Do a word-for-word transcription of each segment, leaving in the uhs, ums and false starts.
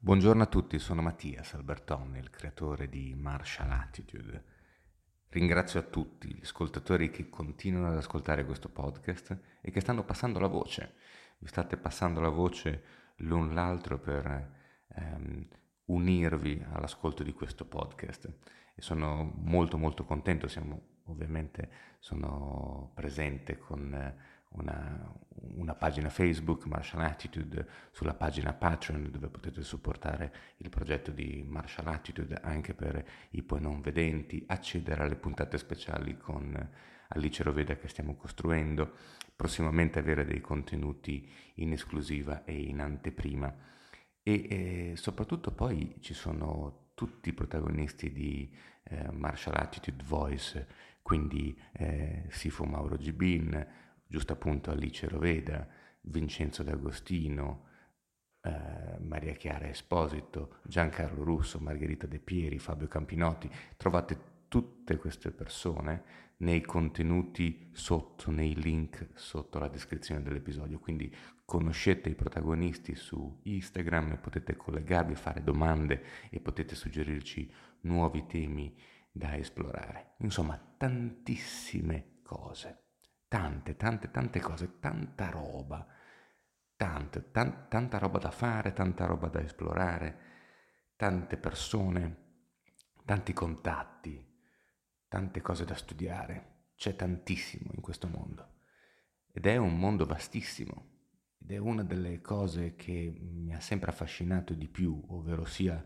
Buongiorno a tutti, sono Mattias Albertoni, il creatore di Martial Attitude. Ringrazio a tutti gli ascoltatori che continuano ad ascoltare questo podcast e che stanno passando la voce. Vi state passando la voce l'un l'altro per ehm, unirvi all'ascolto di questo podcast e sono molto molto contento. Siamo ovviamente sono presente con eh, una, una pagina Facebook, Martial Attitude, sulla pagina Patreon dove potete supportare il progetto di Martial Attitude anche per i poi non vedenti, accedere alle puntate speciali con Alice Roveda che stiamo costruendo, prossimamente avere dei contenuti in esclusiva e in anteprima e eh, soprattutto poi ci sono tutti i protagonisti di eh, Martial Attitude Voice, quindi eh, Sifu Mauro Gibin, giusto appunto Alice Roveda, Vincenzo D'Agostino, eh, Maria Chiara Esposito, Giancarlo Russo, Margherita De Pieri, Fabio Campinotti. Trovate tutte queste persone nei contenuti sotto, nei link sotto la descrizione dell'episodio, quindi conoscete i protagonisti su Instagram e potete collegarvi, fare domande e potete suggerirci nuovi temi da esplorare. Insomma, tantissime cose. Tante, tante, tante cose, tanta roba, tante, tan- tanta roba da fare, tanta roba da esplorare, tante persone, tanti contatti, tante cose da studiare. C'è tantissimo in questo mondo ed è un mondo vastissimo ed è una delle cose che mi ha sempre affascinato di più, ovvero sia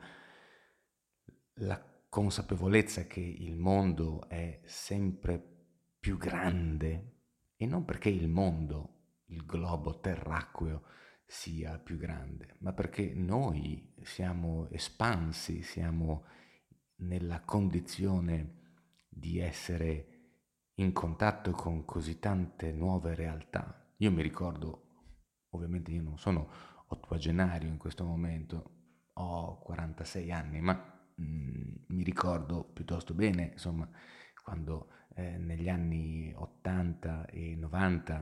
la consapevolezza che il mondo è sempre più grande e non perché il mondo, il globo terracqueo sia più grande, ma perché noi siamo espansi, siamo nella condizione di essere in contatto con così tante nuove realtà. Io mi ricordo, ovviamente io non sono ottuagenario in questo momento, ho quarantasei anni, ma mm, mi ricordo piuttosto bene, insomma, quando eh, negli anni ottanta e novanta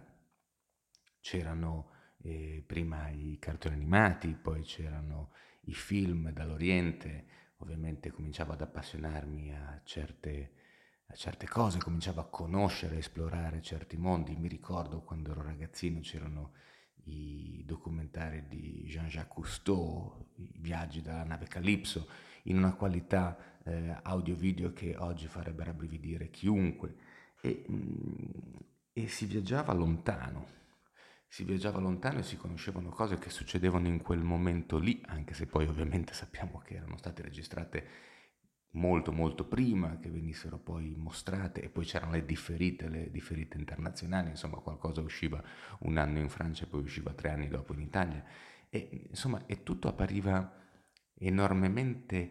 c'erano eh, prima i cartoni animati, poi c'erano i film dall'Oriente, ovviamente cominciavo ad appassionarmi a certe, a certe cose, cominciavo a conoscere, esplorare certi mondi. Mi ricordo quando ero ragazzino c'erano i documentari di Jean-Jacques Cousteau, i viaggi dalla nave Calypso, in una qualità eh, audio-video che oggi farebbe rabbrividire chiunque. E, mm, e si viaggiava lontano, si viaggiava lontano e si conoscevano cose che succedevano in quel momento lì, anche se poi ovviamente sappiamo che erano state registrate molto molto prima che venissero poi mostrate e poi c'erano le differite, le differite internazionali, insomma qualcosa usciva un anno in Francia e poi usciva tre anni dopo in Italia e insomma e tutto appariva enormemente,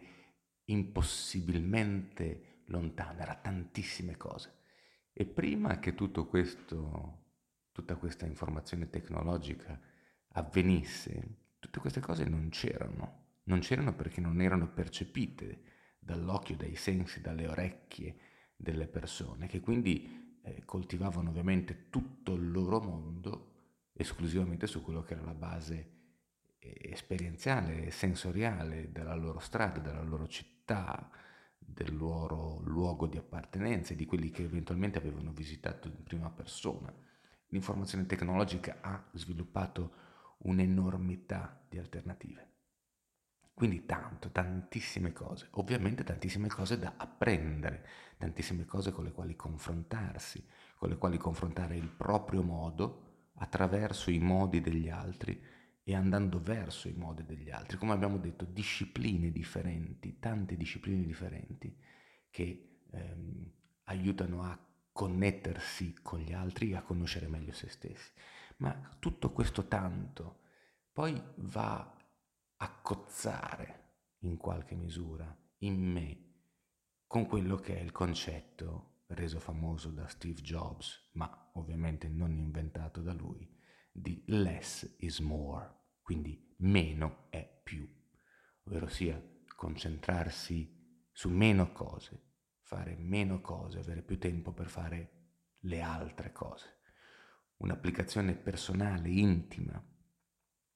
impossibilmente lontano, era tantissime cose. E prima che tutto questo, tutta questa informazione tecnologica avvenisse, tutte queste cose non c'erano. Non c'erano perché non erano percepite dall'occhio, dai sensi, dalle orecchie delle persone, che quindi eh, coltivavano ovviamente tutto il loro mondo esclusivamente su quello che era la base eh, esperienziale, sensoriale della loro strada, della loro città, del loro luogo di appartenenza e di quelli che eventualmente avevano visitato in prima persona. L'informazione tecnologica ha sviluppato un'enormità di alternative. Quindi tanto, tantissime cose, ovviamente tantissime cose da apprendere, tantissime cose con le quali confrontarsi, con le quali confrontare il proprio modo attraverso i modi degli altri e andando verso i modi degli altri. Come abbiamo detto, discipline differenti, tante discipline differenti che ehm, aiutano a connettersi con gli altri e a conoscere meglio se stessi. Ma tutto questo tanto poi va a cozzare in qualche misura in me con quello che è il concetto reso famoso da Steve Jobs, ma ovviamente non inventato da lui, di less is more, quindi meno è più, ovvero sia concentrarsi su meno cose, fare meno cose, avere più tempo per fare le altre cose. Un'applicazione personale, intima,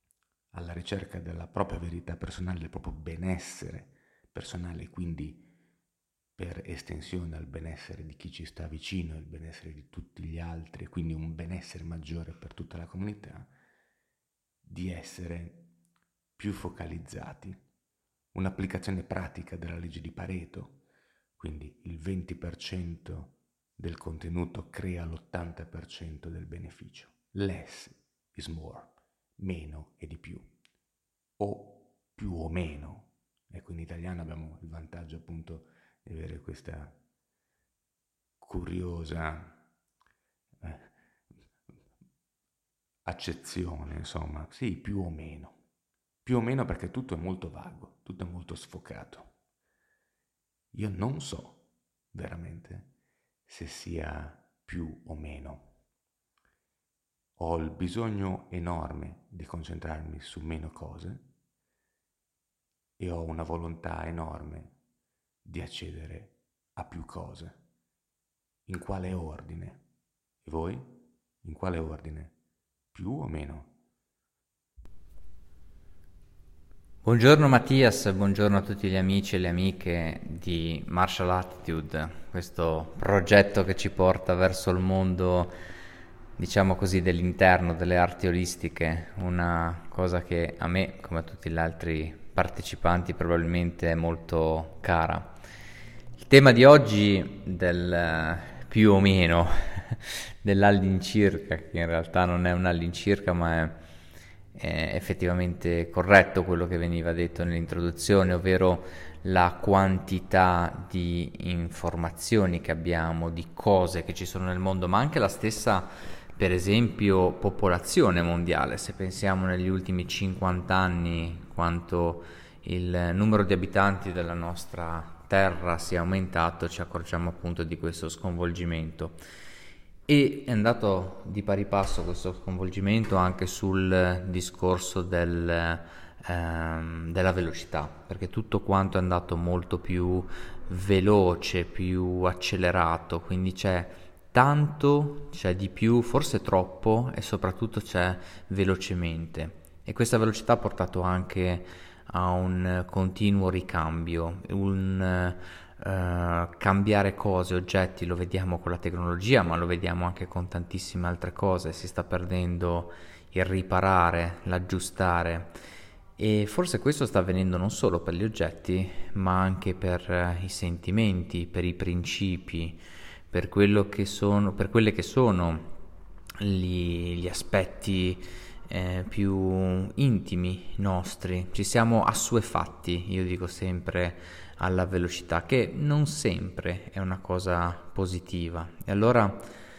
alla ricerca della propria verità personale, del proprio benessere personale, quindi per estensione al benessere di chi ci sta vicino, il benessere di tutti gli altri, e quindi un benessere maggiore per tutta la comunità, di essere più focalizzati. Un'applicazione pratica della legge di Pareto, quindi il venti per cento del contenuto crea l'ottanta per cento del beneficio. Less is more, meno è di più, o più o meno. Ecco, in italiano abbiamo il vantaggio appunto di avere questa curiosa eh, accezione, insomma, sì, più o meno. Più o meno perché tutto è molto vago, tutto è molto sfocato. Io non so veramente se sia più o meno. Ho il bisogno enorme di concentrarmi su meno cose e ho una volontà enorme di accedere a più cose. In quale ordine? E voi? In quale ordine? Più o meno? Buongiorno Mattias, buongiorno a tutti gli amici e le amiche di Martial Attitude, questo progetto che ci porta verso il mondo, diciamo così, dell'interno, delle arti olistiche, una cosa che a me, come a tutti gli altri partecipanti, probabilmente è molto cara. Il tema di oggi del eh, più o meno, dell'all'incirca, che in realtà non è un all'incirca ma è è effettivamente corretto quello che veniva detto nell'introduzione, ovvero la quantità di informazioni che abbiamo, di cose che ci sono nel mondo, ma anche la stessa, per esempio, popolazione mondiale. Se pensiamo negli ultimi cinquanta anni quanto il numero di abitanti della nostra terra sia aumentato, ci accorgiamo appunto di questo sconvolgimento. E è andato di pari passo questo sconvolgimento anche sul discorso del, ehm, della velocità, perché tutto quanto è andato molto più veloce, più accelerato, quindi c'è tanto, c'è di più, forse troppo, e soprattutto c'è velocemente. E questa velocità ha portato anche a un continuo ricambio, un Uh, cambiare cose, oggetti, lo vediamo con la tecnologia, ma lo vediamo anche con tantissime altre cose. Si sta perdendo il riparare, l'aggiustare, e forse questo sta avvenendo non solo per gli oggetti, ma anche per uh, i sentimenti, per i principi, per quello che sono, per quelle che sono gli, gli aspetti eh, più intimi nostri. Ci siamo assuefatti, io dico sempre, alla velocità, che non sempre è una cosa positiva. E allora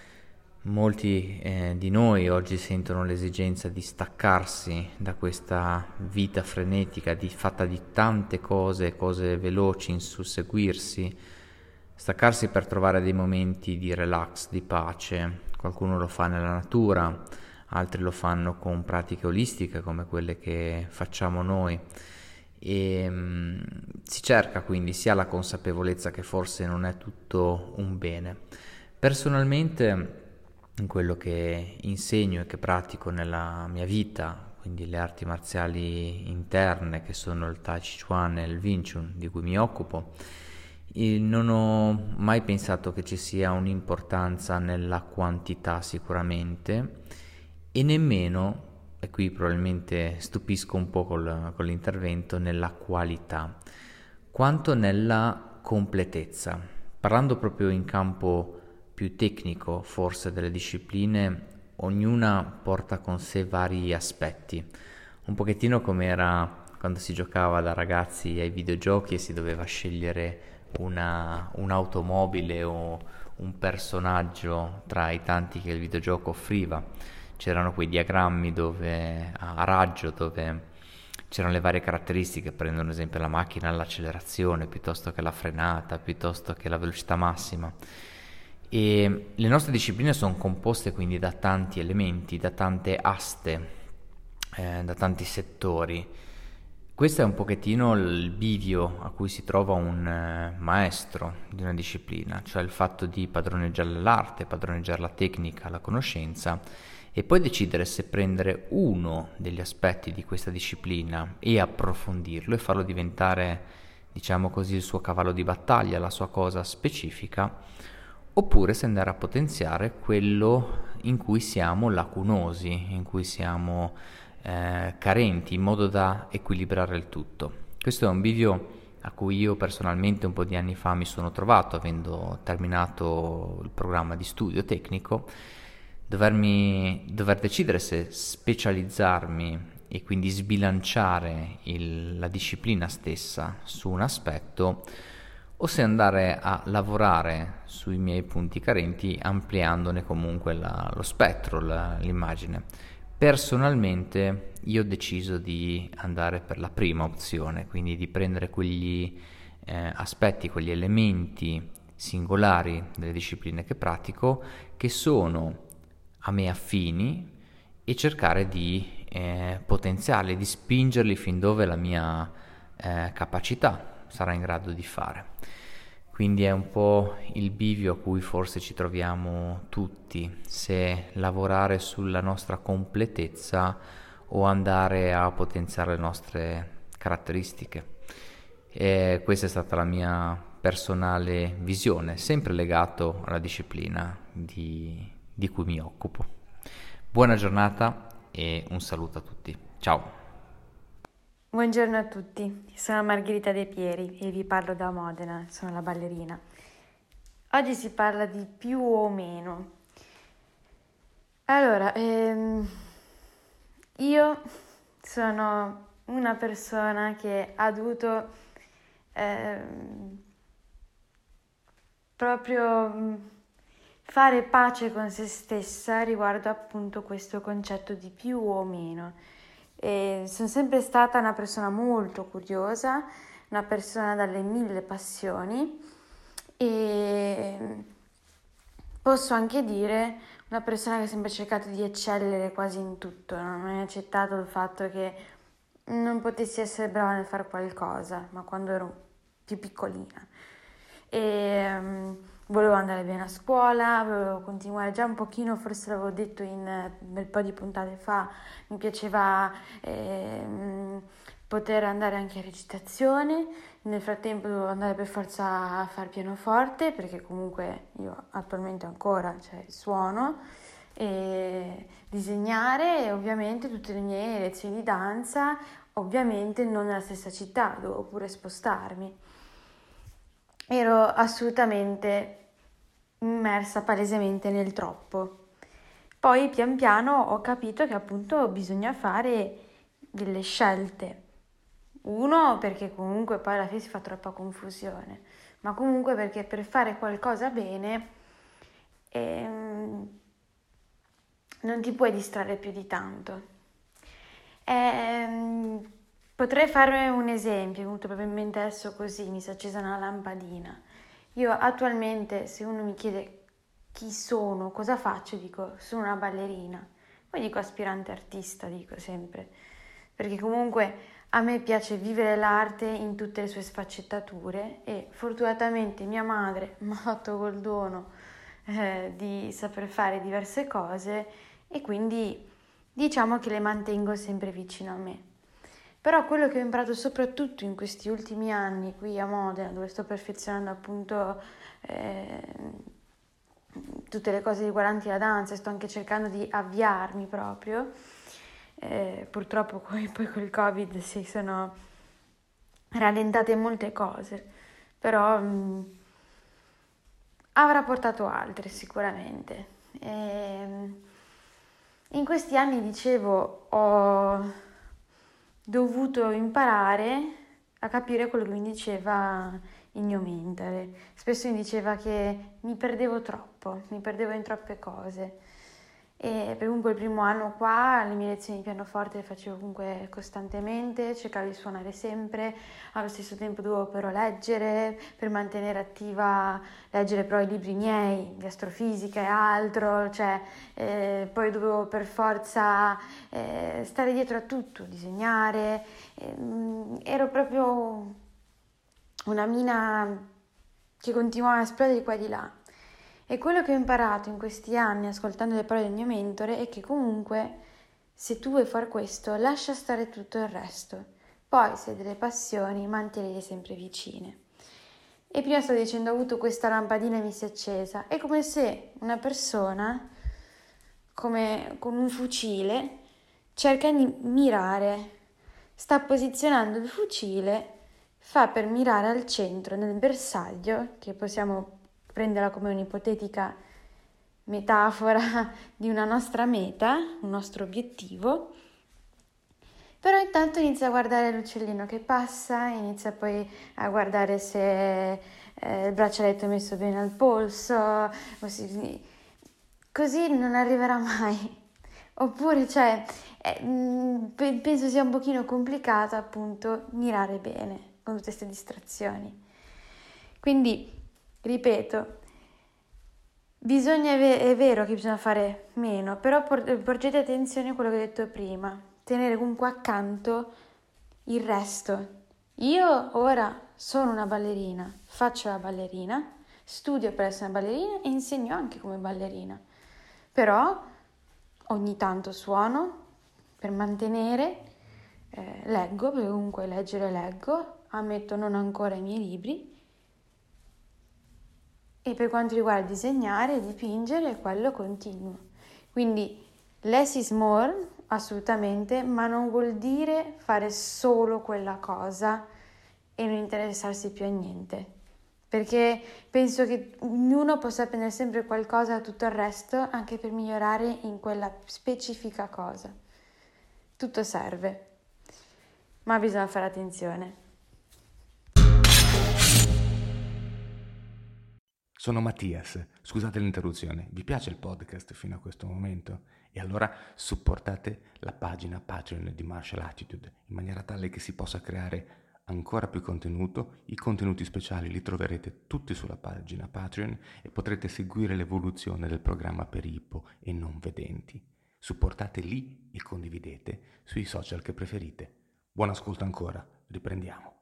molti eh, di noi oggi sentono l'esigenza di staccarsi da questa vita frenetica, di, fatta di tante cose, cose veloci in susseguirsi, staccarsi per trovare dei momenti di relax, di pace. Qualcuno lo fa nella natura, altri lo fanno con pratiche olistiche come quelle che facciamo noi. E um, si cerca quindi sia la consapevolezza che forse non è tutto un bene. Personalmente, in quello che insegno e che pratico nella mia vita, quindi le arti marziali interne che sono il Tai Chi Chuan e il Wing Chun di cui mi occupo, non ho mai pensato che ci sia un'importanza nella quantità sicuramente, e nemmeno, e qui probabilmente stupisco un po' col, con l'intervento, nella qualità, quanto nella completezza. Parlando proprio in campo più tecnico, forse, delle discipline, ognuna porta con sé vari aspetti, un pochettino come era quando si giocava da ragazzi ai videogiochi e si doveva scegliere una, un'automobile o un personaggio tra i tanti che il videogioco offriva. C'erano quei diagrammi dove, a raggio, dove c'erano le varie caratteristiche, prendo ad esempio la macchina, l'accelerazione, piuttosto che la frenata, piuttosto che la velocità massima. E le nostre discipline sono composte quindi da tanti elementi, da tante aste, eh, da tanti settori. Questo è un pochettino il bivio a cui si trova un eh, maestro di una disciplina, cioè il fatto di padroneggiare l'arte, padroneggiare la tecnica, la conoscenza, e poi decidere se prendere uno degli aspetti di questa disciplina e approfondirlo e farlo diventare, diciamo così, il suo cavallo di battaglia, la sua cosa specifica, oppure se andare a potenziare quello in cui siamo lacunosi, in cui siamo eh, carenti, in modo da equilibrare il tutto. Questo è un bivio a cui io personalmente un po' di anni fa mi sono trovato, avendo terminato il programma di studio tecnico, dovermi, dover decidere se specializzarmi e quindi sbilanciare il, la disciplina stessa su un aspetto, o se andare a lavorare sui miei punti carenti ampliandone comunque la, lo spettro, la, l'immagine. Personalmente io ho deciso di andare per la prima opzione, quindi di prendere quegli eh, aspetti, quegli elementi singolari delle discipline che pratico, che sono a me affini, e cercare di eh, potenziarli, di spingerli fin dove la mia eh, capacità sarà in grado di fare. Quindi è un po' il bivio a cui forse ci troviamo tutti, se lavorare sulla nostra completezza o andare a potenziare le nostre caratteristiche. E questa è stata la mia personale visione, sempre legato alla disciplina di, di cui mi occupo. Buona giornata e un saluto a tutti. Ciao! Buongiorno a tutti, sono Margherita De Pieri e vi parlo da Modena, sono la ballerina. Oggi si parla di più o meno. Allora, ehm, io sono una persona che ha dovuto ehm, proprio fare pace con se stessa riguardo appunto questo concetto di più o meno. E sono sempre stata una persona molto curiosa, una persona dalle mille passioni e posso anche dire una persona che ha sempre cercato di eccellere quasi in tutto, non ho mai accettato il fatto che non potessi essere brava nel fare qualcosa, ma quando ero più piccolina. E um, volevo andare bene a scuola, volevo continuare, già un pochino, forse l'avevo detto in un bel po' di puntate fa, mi piaceva eh, poter andare anche a recitazione, nel frattempo dovevo andare per forza a far pianoforte, perché comunque io attualmente ancora, cioè, suono, e disegnare, e ovviamente tutte le mie lezioni di danza, ovviamente non nella stessa città, dovevo pure spostarmi. Ero assolutamente immersa palesemente nel troppo. Poi pian piano ho capito che appunto bisogna fare delle scelte. Uno, perché comunque poi alla fine si fa troppa confusione, ma comunque perché per fare qualcosa bene ehm, non ti puoi distrarre più di tanto. Ehm, Potrei fare un esempio, molto probabilmente adesso così mi si è accesa una lampadina. Io attualmente, se uno mi chiede chi sono, cosa faccio, dico sono una ballerina. Poi dico aspirante artista, dico sempre, perché comunque a me piace vivere l'arte in tutte le sue sfaccettature e fortunatamente mia madre mi ha fatto col dono eh, di saper fare diverse cose e quindi diciamo che le mantengo sempre vicino a me. Però quello che ho imparato soprattutto in questi ultimi anni qui a Modena, dove sto perfezionando appunto eh, tutte le cose riguardanti la danza, sto anche cercando di avviarmi proprio, eh, purtroppo poi, poi col Covid si sono rallentate molte cose, però mh, avrà portato altre sicuramente. E, in questi anni, dicevo, ho dovuto imparare a capire quello che mi diceva il mio mentore. Spesso mi diceva che mi perdevo troppo, mi perdevo in troppe cose. E per comunque il primo anno qua le mie lezioni di pianoforte le facevo comunque costantemente, cercavo di suonare sempre, allo stesso tempo dovevo però leggere, per mantenere attiva, leggere però i libri miei di astrofisica e altro, cioè eh, poi dovevo per forza eh, stare dietro a tutto, disegnare, eh, ero proprio una mina che continuava a esplodere di qua e di là. E quello che ho imparato in questi anni ascoltando le parole del mio mentore è che comunque se tu vuoi fare questo, lascia stare tutto il resto. Poi se hai delle passioni, mantienile sempre vicine. E prima stavo dicendo, ho avuto questa lampadina e mi si è accesa. È come se una persona, come con un fucile, cerca di mirare, sta posizionando il fucile, fa per mirare al centro, nel bersaglio, che possiamo prenderla come un'ipotetica metafora di una nostra meta, un nostro obiettivo. Però intanto inizia a guardare l'uccellino che passa, inizia poi a guardare se eh, il braccialetto è messo bene al polso, così, così non arriverà mai. Oppure, cioè, eh, mh, penso sia un pochino complicato appunto mirare bene con tutte queste distrazioni. Quindi, ripeto, bisogna, è vero che bisogna fare meno, però porgete attenzione a quello che ho detto prima. Tenere comunque accanto il resto. Io ora sono una ballerina, faccio la ballerina, studio per essere una ballerina e insegno anche come ballerina. Però ogni tanto suono per mantenere, eh, leggo, perché comunque leggere leggo, ammetto non ancora i miei libri. E per quanto riguarda disegnare, dipingere, quello continuo. Quindi less is more, assolutamente, ma non vuol dire fare solo quella cosa e non interessarsi più a niente, perché penso che ognuno possa prendere sempre qualcosa da tutto il resto anche per migliorare in quella specifica cosa. Tutto serve, ma bisogna fare attenzione. Sono Mattias, scusate l'interruzione, vi piace il podcast fino a questo momento? E allora supportate la pagina Patreon di Martial Attitude in maniera tale che si possa creare ancora più contenuto. I contenuti speciali li troverete tutti sulla pagina Patreon e potrete seguire l'evoluzione del programma per ippo e non vedenti. Supportate lì e condividete sui social che preferite. Buon ascolto ancora, riprendiamo.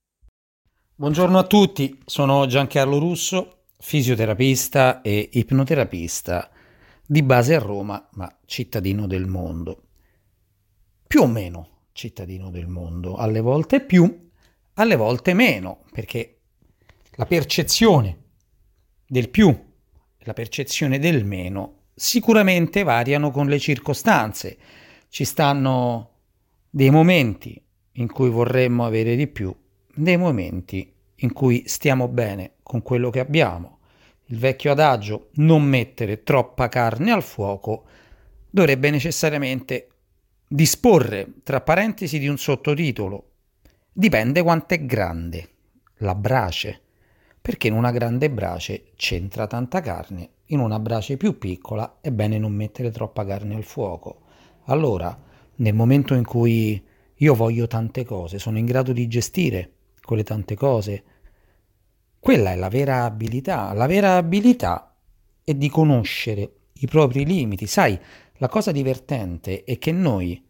Buongiorno a tutti, sono Giancarlo Russo, fisioterapista e ipnoterapista di base a Roma, ma cittadino del mondo. Più o meno cittadino del mondo, alle volte più, alle volte meno, perché la percezione del più e la percezione del meno sicuramente variano con le circostanze. Ci stanno dei momenti in cui vorremmo avere di più, dei momenti in cui stiamo bene con quello che abbiamo. Il vecchio adagio non mettere troppa carne al fuoco dovrebbe necessariamente disporre, tra parentesi, di un sottotitolo. Dipende quanto è grande la brace, perché in una grande brace c'entra tanta carne, in una brace più piccola è bene non mettere troppa carne al fuoco. Allora, nel momento in cui io voglio tante cose, sono in grado di gestire quelle tante cose, quella è la vera abilità. La vera abilità è di conoscere i propri limiti. Sai, la cosa divertente è che noi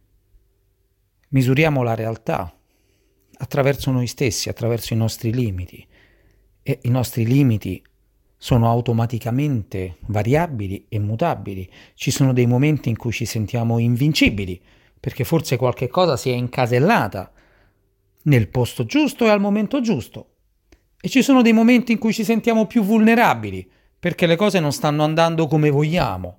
misuriamo la realtà attraverso noi stessi, attraverso i nostri limiti, e i nostri limiti sono automaticamente variabili e mutabili. Ci sono dei momenti in cui ci sentiamo invincibili, perché forse qualche cosa si è incasellata nel posto giusto e al momento giusto. E ci sono dei momenti in cui ci sentiamo più vulnerabili, perché le cose non stanno andando come vogliamo.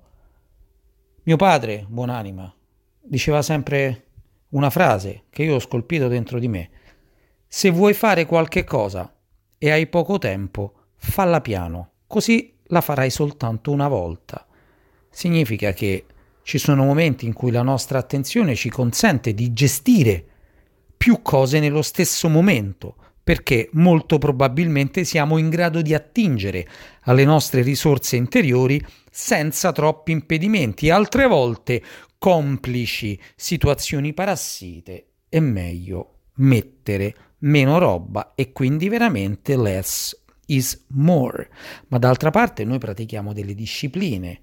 Mio padre, buonanima, diceva sempre una frase che io ho scolpito dentro di me. Se vuoi fare qualche cosa e hai poco tempo, falla piano, così la farai soltanto una volta. Significa che ci sono momenti in cui la nostra attenzione ci consente di gestire più cose nello stesso momento, perché molto probabilmente siamo in grado di attingere alle nostre risorse interiori senza troppi impedimenti. Altre volte, complici situazioni parassite, è meglio mettere meno roba e quindi veramente less is more. Ma d'altra parte noi pratichiamo delle discipline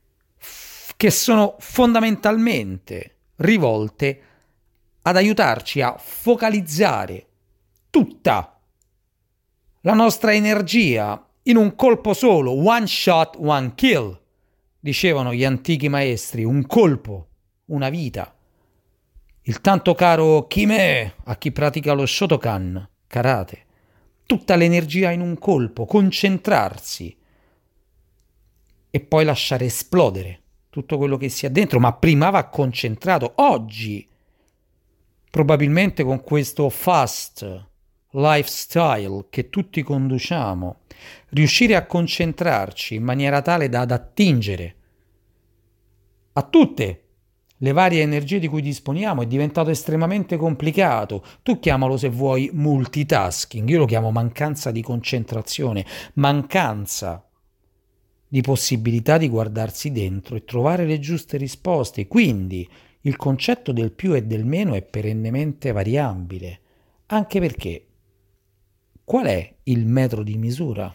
f- che sono fondamentalmente rivolte ad aiutarci a focalizzare tutta la nostra energia in un colpo solo, one shot, one kill, dicevano gli antichi maestri, un colpo, una vita. Il tanto caro Kime a chi pratica lo Shotokan, karate, tutta l'energia in un colpo, concentrarsi e poi lasciare esplodere tutto quello che sia dentro, ma prima va concentrato. Oggi, probabilmente con questo fast lifestyle che tutti conduciamo, riuscire a concentrarci in maniera tale da, da attingere a tutte le varie energie di cui disponiamo è diventato estremamente complicato. Tu chiamalo, se vuoi, multitasking, io lo chiamo mancanza di concentrazione, mancanza di possibilità di guardarsi dentro e trovare le giuste risposte. Quindi il concetto del più e del meno è perennemente variabile, anche perché qual è il metro di misura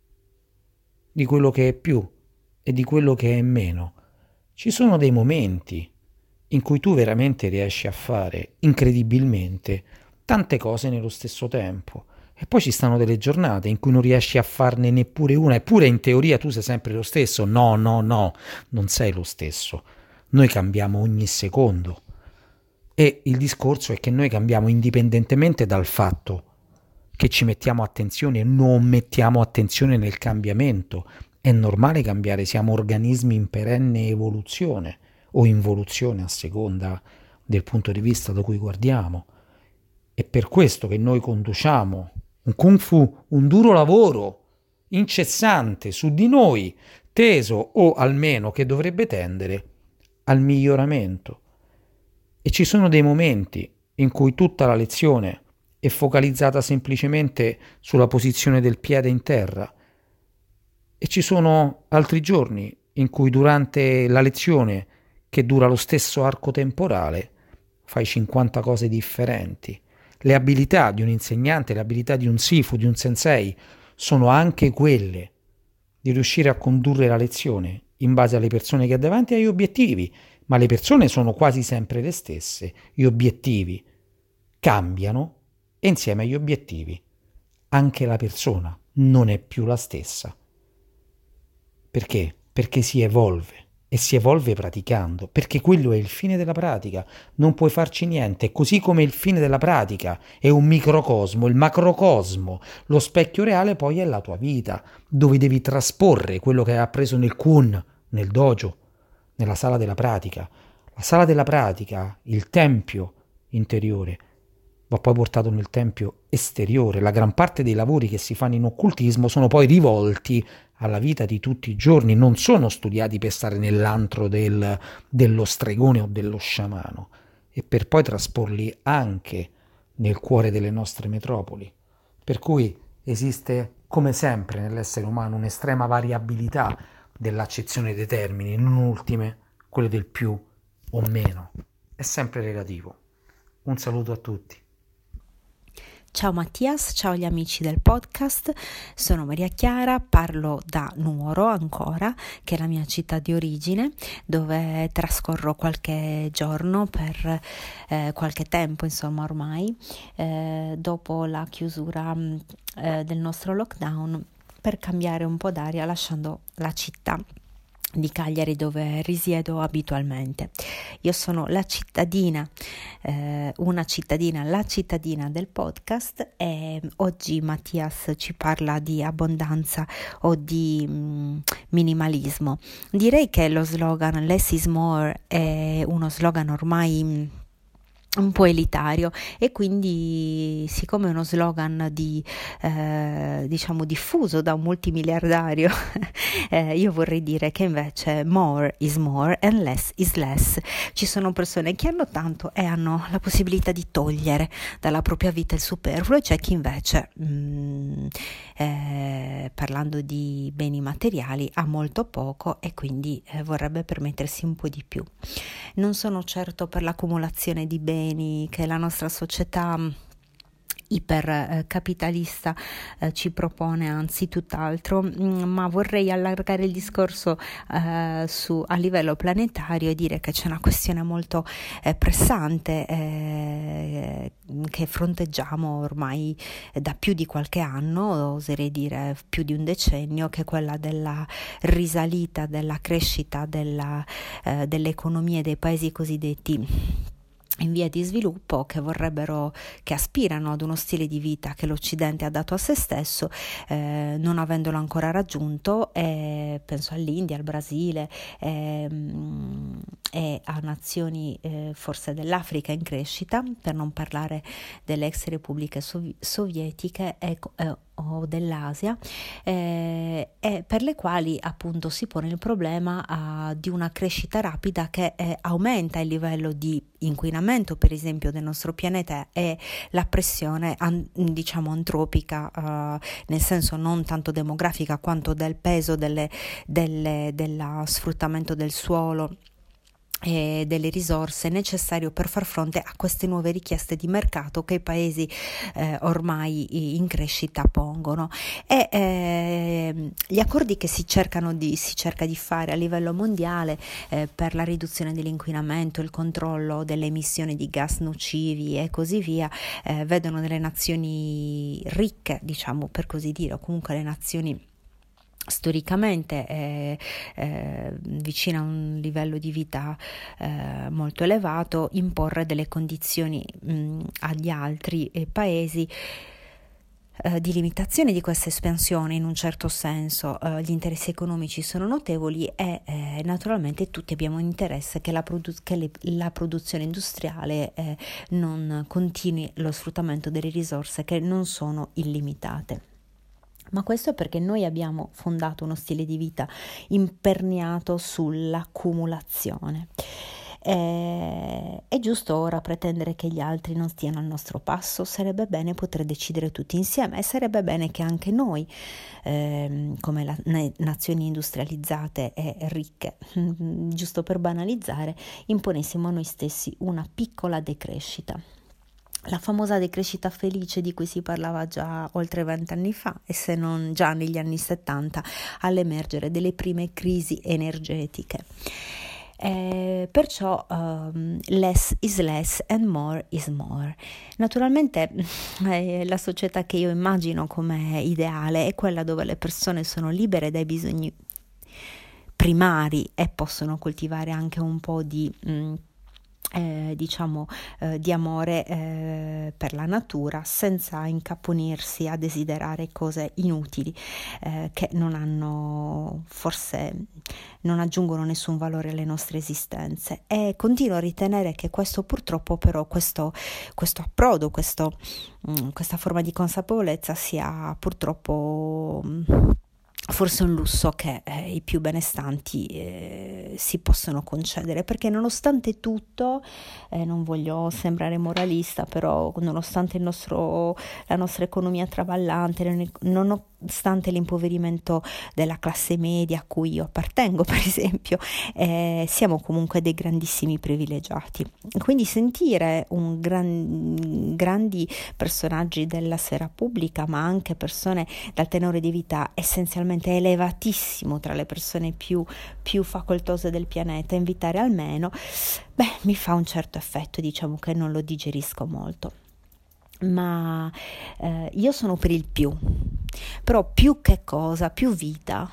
di quello che è più e di quello che è meno? Ci sono dei momenti in cui tu veramente riesci a fare, incredibilmente, tante cose nello stesso tempo. E poi ci stanno delle giornate in cui non riesci a farne neppure una, eppure in teoria tu sei sempre lo stesso. No, no, no, non sei lo stesso. Noi cambiamo ogni secondo. E il discorso è che noi cambiamo indipendentemente dal fatto che ci mettiamo attenzione e non mettiamo attenzione nel cambiamento. È normale cambiare, siamo organismi in perenne evoluzione o involuzione a seconda del punto di vista da cui guardiamo. È per questo che noi conduciamo un kung fu, un duro lavoro incessante su di noi, teso o almeno che dovrebbe tendere al miglioramento. E ci sono dei momenti in cui tutta la lezione è focalizzata semplicemente sulla posizione del piede in terra, e ci sono altri giorni in cui durante la lezione, che dura lo stesso arco temporale, fai cinquanta cose differenti. Le abilità di un insegnante, le abilità di un sifu, di un sensei, sono anche quelle di riuscire a condurre la lezione in base alle persone che ha davanti e agli obiettivi, ma le persone sono quasi sempre le stesse, gli obiettivi cambiano e insieme agli obiettivi anche la persona non è più la stessa. Perché? Perché si evolve. E si evolve praticando, perché quello è il fine della pratica, non puoi farci niente, così come il fine della pratica è un microcosmo, il macrocosmo, lo specchio reale poi è la tua vita, dove devi trasporre quello che hai appreso nel kun, nel dojo, nella sala della pratica. La sala della pratica, il tempio interiore, va poi portato nel tempio esteriore. La gran parte dei lavori che si fanno in occultismo sono poi rivolti alla vita di tutti i giorni, non sono studiati per stare nell'antro del, dello stregone o dello sciamano, e per poi trasporli anche nel cuore delle nostre metropoli. Per cui esiste, come sempre nell'essere umano, un'estrema variabilità dell'accezione dei termini, non ultime quelle del più o meno. È sempre relativo. Un saluto a tutti. Ciao Mattias, ciao agli amici del podcast, sono Maria Chiara, parlo da Nuoro ancora, che è la mia città di origine, dove trascorro qualche giorno per eh, qualche tempo, insomma ormai, eh, dopo la chiusura eh, del nostro lockdown, per cambiare un po' d'aria lasciando la città di Cagliari dove risiedo abitualmente. Io sono la cittadina, eh, una cittadina, la cittadina del podcast, e oggi Mattias ci parla di abbondanza o di mm, minimalismo. Direi che lo slogan Less is More è uno slogan ormai mm, un po' elitario, e quindi, siccome è uno slogan di eh, diciamo diffuso da un multimiliardario, eh, io vorrei dire che invece more is more and less is less. Ci sono persone che hanno tanto e hanno la possibilità di togliere dalla propria vita il superfluo, e c'è chi invece mh, eh, parlando di beni materiali ha molto poco e quindi eh, vorrebbe permettersi un po' di più. Non sono certo per l'accumulazione di beni che la nostra società ipercapitalista eh, ci propone anzi tutt'altro, ma vorrei allargare il discorso eh, su, a livello planetario e dire che c'è una questione molto eh, pressante eh, che fronteggiamo ormai da più di qualche anno, oserei dire più di un decennio, che è quella della risalita, della crescita della, eh, delle economie dei paesi cosiddetti in via di sviluppo, che vorrebbero, che aspirano ad uno stile di vita che l'Occidente ha dato a se stesso, eh, non avendolo ancora raggiunto. Eh, penso all'India, al Brasile eh, e a nazioni eh, forse dell'Africa in crescita, per non parlare delle ex repubbliche sov- sovietiche e, eh, o dell'Asia, eh, e per le quali appunto si pone il problema uh, di una crescita rapida che eh, aumenta il livello di inquinamento, per esempio, del nostro pianeta, e la pressione an- diciamo antropica, uh, nel senso non tanto demografica quanto del peso delle, delle, dello sfruttamento del suolo e delle risorse necessario per far fronte a queste nuove richieste di mercato che i paesi eh, ormai in crescita pongono. E eh, gli accordi che si cercano di si cerca di fare a livello mondiale eh, per la riduzione dell'inquinamento, il controllo delle emissioni di gas nocivi e così via, eh, vedono delle nazioni ricche, diciamo per così dire, o comunque le nazioni storicamente eh, eh, vicina a un livello di vita eh, molto elevato, imporre delle condizioni mh, agli altri eh, paesi eh, di limitazione di questa espansione. In un certo senso eh, gli interessi economici sono notevoli e eh, naturalmente tutti abbiamo interesse che la, produ- che le- la produzione industriale eh, non continui lo sfruttamento delle risorse che non sono illimitate. Ma questo è perché noi abbiamo fondato uno stile di vita imperniato sull'accumulazione. Eh, è giusto ora pretendere che gli altri non stiano al nostro passo? Sarebbe bene poter decidere tutti insieme, e sarebbe bene che anche noi, eh, come la, nazioni industrializzate e ricche, giusto per banalizzare, imponessimo a noi stessi una piccola decrescita. La famosa decrescita felice di cui si parlava già oltre vent'anni fa, e se non già negli anni settanta, all'emergere delle prime crisi energetiche. Eh, perciò um, less is less and more is more. Naturalmente eh, la società che io immagino come ideale è quella dove le persone sono libere dai bisogni primari e possono coltivare anche un po' di mh, Eh, diciamo eh, di amore eh, per la natura, senza incaponirsi a desiderare cose inutili eh, che non hanno, forse non aggiungono nessun valore alle nostre esistenze. E continuo a ritenere che questo purtroppo però questo, questo approdo, questo, mh, questa forma di consapevolezza sia purtroppo mh, forse un lusso che eh, i più benestanti eh, si possono concedere, perché nonostante tutto, eh, non voglio sembrare moralista, però nonostante il nostro, la nostra economia traballante, nonostante l'impoverimento della classe media a cui io appartengo, per esempio, eh, siamo comunque dei grandissimi privilegiati. Quindi sentire un gran, grandi personaggi della sfera pubblica, ma anche persone dal tenore di vita essenzialmente elevatissimo, tra le persone più, più facoltose del pianeta, invitare almeno, beh, mi fa un certo effetto, diciamo che non lo digerisco molto. Ma eh, io sono per il più, però più che cosa, più vita,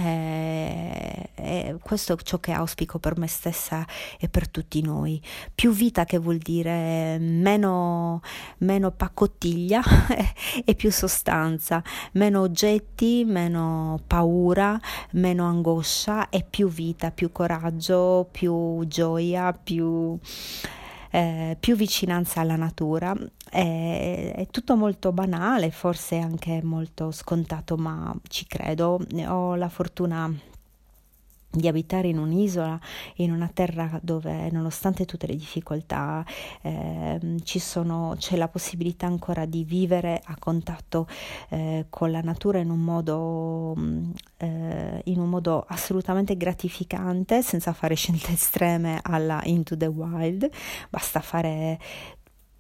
eh, eh, questo è ciò che auspico per me stessa e per tutti noi. Più vita, che vuol dire meno, meno pacottiglia e più sostanza, meno oggetti, meno paura, meno angoscia e più vita, più coraggio, più gioia, più... Eh, più vicinanza alla natura. È, è tutto molto banale, forse anche molto scontato, ma ci credo. Ho la fortuna di abitare in un'isola, in una terra dove, nonostante tutte le difficoltà, eh, ci sono, c'è la possibilità ancora di vivere a contatto eh, con la natura in un modo eh, in un modo assolutamente gratificante, senza fare scelte estreme alla Into the Wild. Basta fare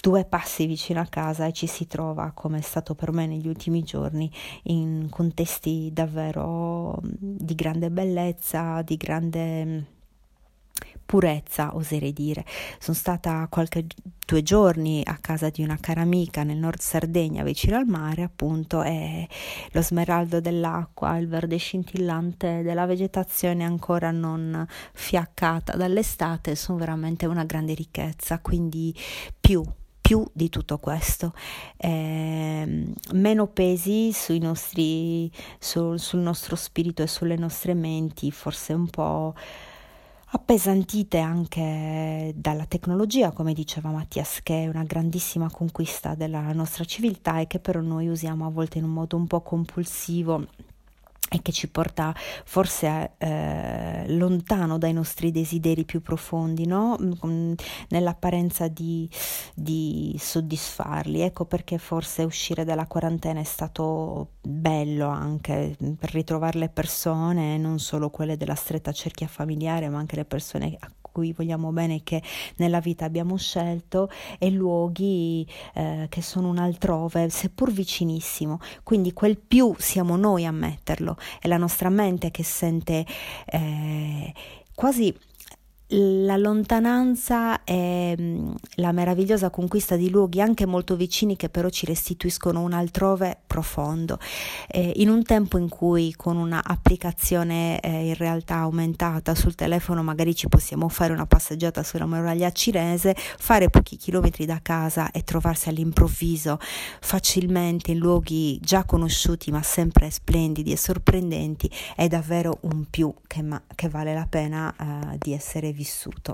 due passi vicino a casa e ci si trova, come è stato per me negli ultimi giorni, in contesti davvero di grande bellezza, di grande purezza, oserei dire. Sono stata qualche due giorni a casa di una cara amica nel nord Sardegna, vicino al mare, appunto, e lo smeraldo dell'acqua, il verde scintillante della vegetazione ancora non fiaccata dall'estate sono veramente una grande ricchezza. Quindi più più di tutto questo, eh, meno pesi sui nostri, sul, sul nostro spirito e sulle nostre menti, forse un po' appesantite anche dalla tecnologia, come diceva Mattias, che è una grandissima conquista della nostra civiltà e che però noi usiamo a volte in un modo un po' compulsivo e che ci porta forse eh, lontano dai nostri desideri più profondi, no? Nell'apparenza di, di soddisfarli. Ecco perché forse uscire dalla quarantena è stato bello anche per ritrovare le persone, non solo quelle della stretta cerchia familiare, ma anche le persone a cui vogliamo bene, che nella vita abbiamo scelto, e luoghi eh, che sono un altrove, seppur vicinissimo. Quindi quel più siamo noi a metterlo, è la nostra mente che sente eh, quasi la lontananza e mh, la meravigliosa conquista di luoghi anche molto vicini, che però ci restituiscono un altrove profondo, eh, in un tempo in cui con una applicazione eh, in realtà aumentata sul telefono magari ci possiamo fare una passeggiata sulla muraglia cinese, fare pochi chilometri da casa e trovarsi all'improvviso facilmente in luoghi già conosciuti ma sempre splendidi e sorprendenti, è davvero un più che, ma- che vale la pena eh, di essere vissuto.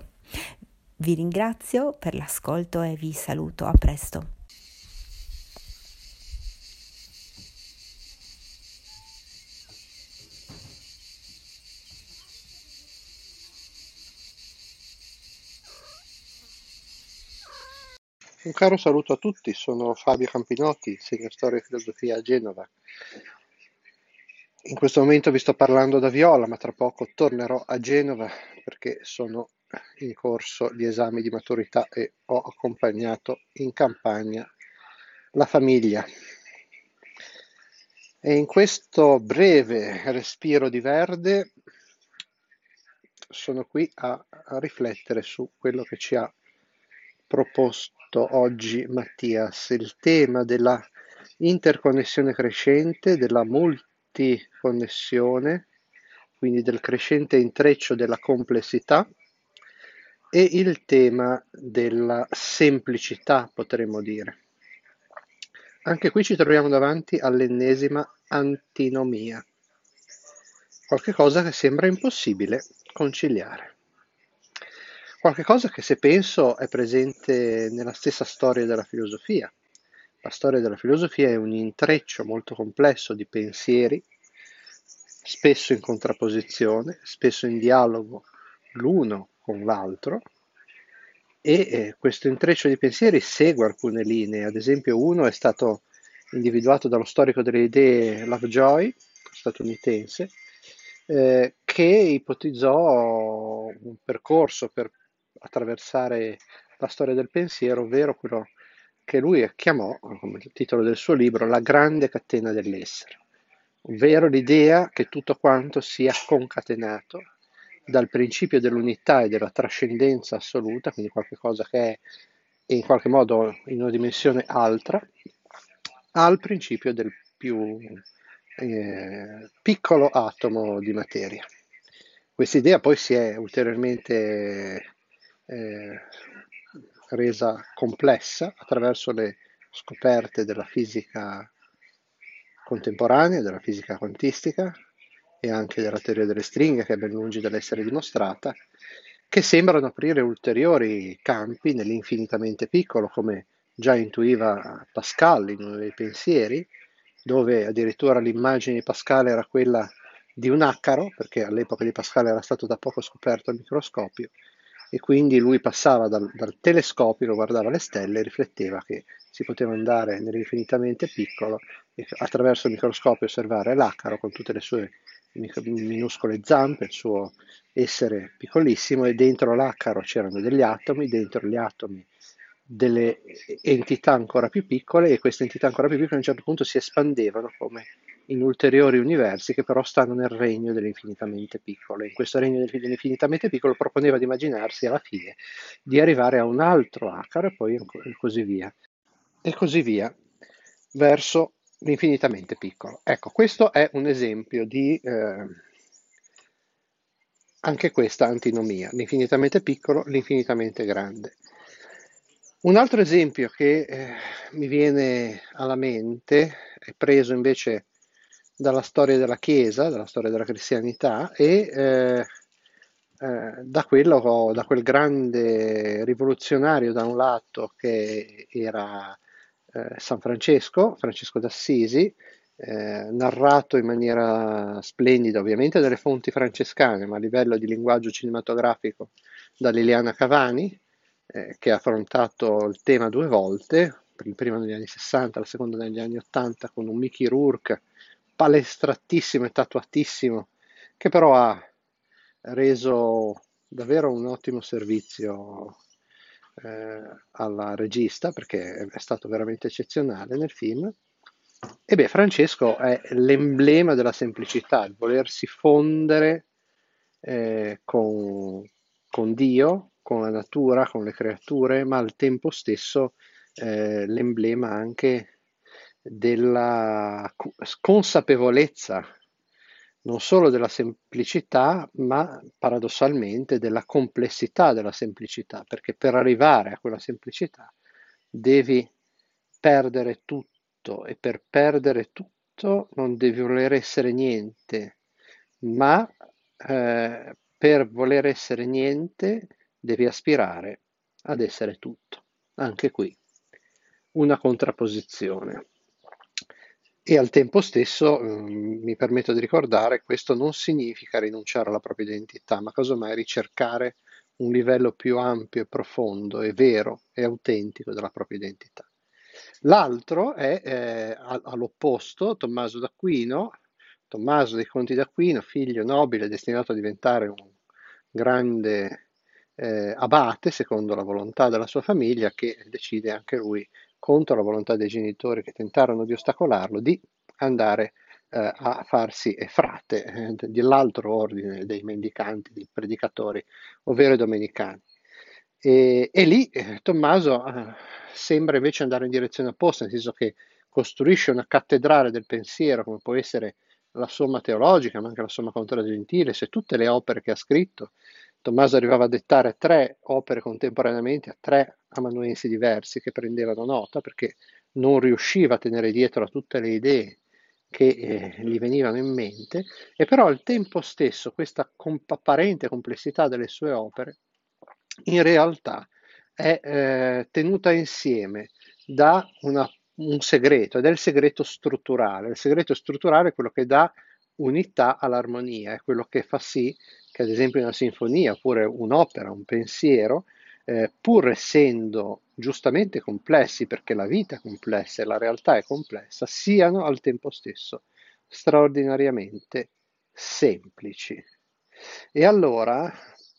Vi ringrazio per l'ascolto e vi saluto, a presto. Un caro saluto a tutti, sono Fabio Campinotti, insegno storia e filosofia a Genova. In questo momento vi sto parlando da Viola, ma tra poco tornerò a Genova perché sono in corso gli esami di maturità e ho accompagnato in campagna la famiglia. E in questo breve respiro di verde sono qui a, a riflettere su quello che ci ha proposto oggi Mattias, il tema della interconnessione crescente, della multiconnessione, quindi del crescente intreccio della complessità, e il tema della semplicità, potremmo dire. Anche qui ci troviamo davanti all'ennesima antinomia, qualche cosa che sembra impossibile conciliare. Qualche cosa che, se penso, è presente nella stessa storia della filosofia. La storia della filosofia è un intreccio molto complesso di pensieri, spesso in contrapposizione, spesso in dialogo l'uno con l'altro, e eh, questo intreccio di pensieri segue alcune linee. Ad esempio, uno è stato individuato dallo storico delle idee Lovejoy, statunitense, eh, che ipotizzò un percorso per attraversare la storia del pensiero, ovvero quello che lui chiamò, come il titolo del suo libro, la grande catena dell'essere, ovvero l'idea che tutto quanto sia concatenato dal principio dell'unità e della trascendenza assoluta, quindi qualcosa che è in qualche modo in una dimensione altra, al principio del più eh, piccolo atomo di materia. Questa idea poi si è ulteriormente eh, resa complessa attraverso le scoperte della fisica contemporanea, della fisica quantistica e anche della teoria delle stringhe, che è ben lungi dall'essere dimostrata, che sembrano aprire ulteriori campi nell'infinitamente piccolo, come già intuiva Pascal in uno dei pensieri, dove addirittura l'immagine di Pascal era quella di un acaro, perché all'epoca di Pascal era stato da poco scoperto il microscopio, e quindi lui passava dal, dal telescopio, guardava le stelle e rifletteva che si poteva andare nell'infinitamente piccolo e attraverso il microscopio osservare l'acaro con tutte le sue minuscole zampe, il suo essere piccolissimo, e dentro l'acaro c'erano degli atomi, dentro gli atomi delle entità ancora più piccole, e queste entità ancora più piccole a un certo punto si espandevano come in ulteriori universi che però stanno nel regno dell'infinitamente piccolo. In questo regno dell'infinitamente piccolo proponeva di immaginarsi alla fine di arrivare a un altro acaro e poi e così via, e così via, verso l'infinitamente piccolo. Ecco, questo è un esempio di eh, anche questa antinomia, l'infinitamente piccolo, l'infinitamente grande. Un altro esempio che eh, mi viene alla mente è preso invece dalla storia della Chiesa, dalla storia della cristianità e eh, eh, da quello, da quel grande rivoluzionario da un lato che era eh, San Francesco, Francesco d'Assisi, eh, narrato in maniera splendida ovviamente dalle fonti francescane, ma a livello di linguaggio cinematografico da Liliana Cavani, eh, che ha affrontato il tema due volte, il primo negli anni sessanta, la seconda negli anni ottanta, con un Mickey Rourke palestratissimo e tatuatissimo, che però ha reso davvero un ottimo servizio eh, alla regista, perché è stato veramente eccezionale nel film. E beh, Francesco è l'emblema della semplicità, il volersi fondere eh, con, con Dio, con la natura, con le creature, ma al tempo stesso eh, l'emblema anche della co- consapevolezza, non solo della semplicità, ma paradossalmente della complessità della semplicità, perché per arrivare a quella semplicità devi perdere tutto, e per perdere tutto non devi voler essere niente, ma eh, per voler essere niente devi aspirare ad essere tutto. Anche qui una contrapposizione. E al tempo stesso, mm, mi permetto di ricordare, questo non significa rinunciare alla propria identità, ma casomai ricercare un livello più ampio e profondo e vero e autentico della propria identità. L'altro è eh, a- all'opposto Tommaso d'Aquino, Tommaso dei Conti d'Aquino, figlio nobile destinato a diventare un grande eh, abate secondo la volontà della sua famiglia, che decide anche lui, contro la volontà dei genitori che tentarono di ostacolarlo, di andare eh, a farsi frate eh, dell'altro ordine dei mendicanti, dei predicatori, ovvero i domenicani. E, e lì eh, Tommaso eh, sembra invece andare in direzione opposta, nel senso che costruisce una cattedrale del pensiero, come può essere la Somma Teologica, ma anche la Somma Contra Gentiles e tutte le opere che ha scritto. Tommaso arrivava a dettare tre opere contemporaneamente a tre amanuensi diversi che prendevano nota, perché non riusciva a tenere dietro a tutte le idee che eh, gli venivano in mente, e però al tempo stesso questa comp- apparente complessità delle sue opere in realtà è eh, tenuta insieme da una- un segreto, ed è il segreto strutturale. Il segreto strutturale è quello che dà unità all'armonia, è quello che fa sì che ad esempio una sinfonia, oppure un'opera, un pensiero, eh, pur essendo giustamente complessi, perché la vita è complessa e la realtà è complessa, siano al tempo stesso straordinariamente semplici. E allora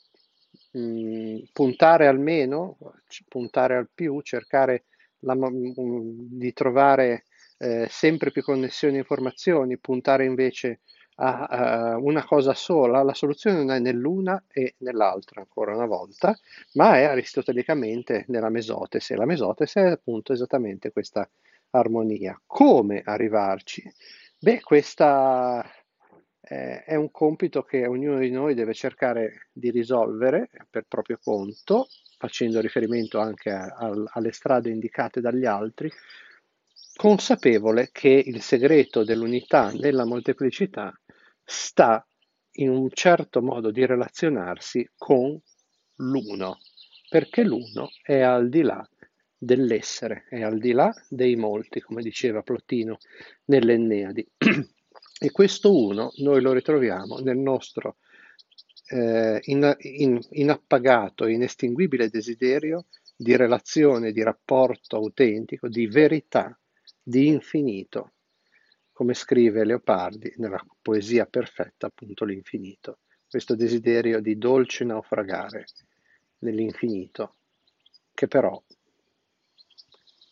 mh, puntare al meno, c- puntare al più, cercare la mo- mh, di trovare eh, sempre più connessioni e informazioni, puntare invece a, a una cosa sola, la soluzione non è nell'una e nell'altra, ancora una volta, ma è aristotelicamente nella mesotesi. E la mesotesi è appunto esattamente questa armonia. Come arrivarci? Beh, questa eh, è un compito che ognuno di noi deve cercare di risolvere per proprio conto, facendo riferimento anche a- al- alle strade indicate dagli altri, consapevole che il segreto dell'unità nella molteplicità sta in un certo modo di relazionarsi con l'uno, perché l'uno è al di là dell'essere, è al di là dei molti, come diceva Plotino nell'Enneadi. E questo uno noi lo ritroviamo nel nostro eh, in- in- inappagato, inestinguibile desiderio di relazione, di rapporto autentico, di verità, di infinito, come scrive Leopardi nella poesia perfetta, appunto l'infinito, questo desiderio di dolce naufragare nell'infinito, che però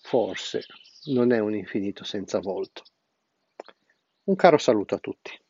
forse, non è un infinito senza volto. Un caro saluto a tutti.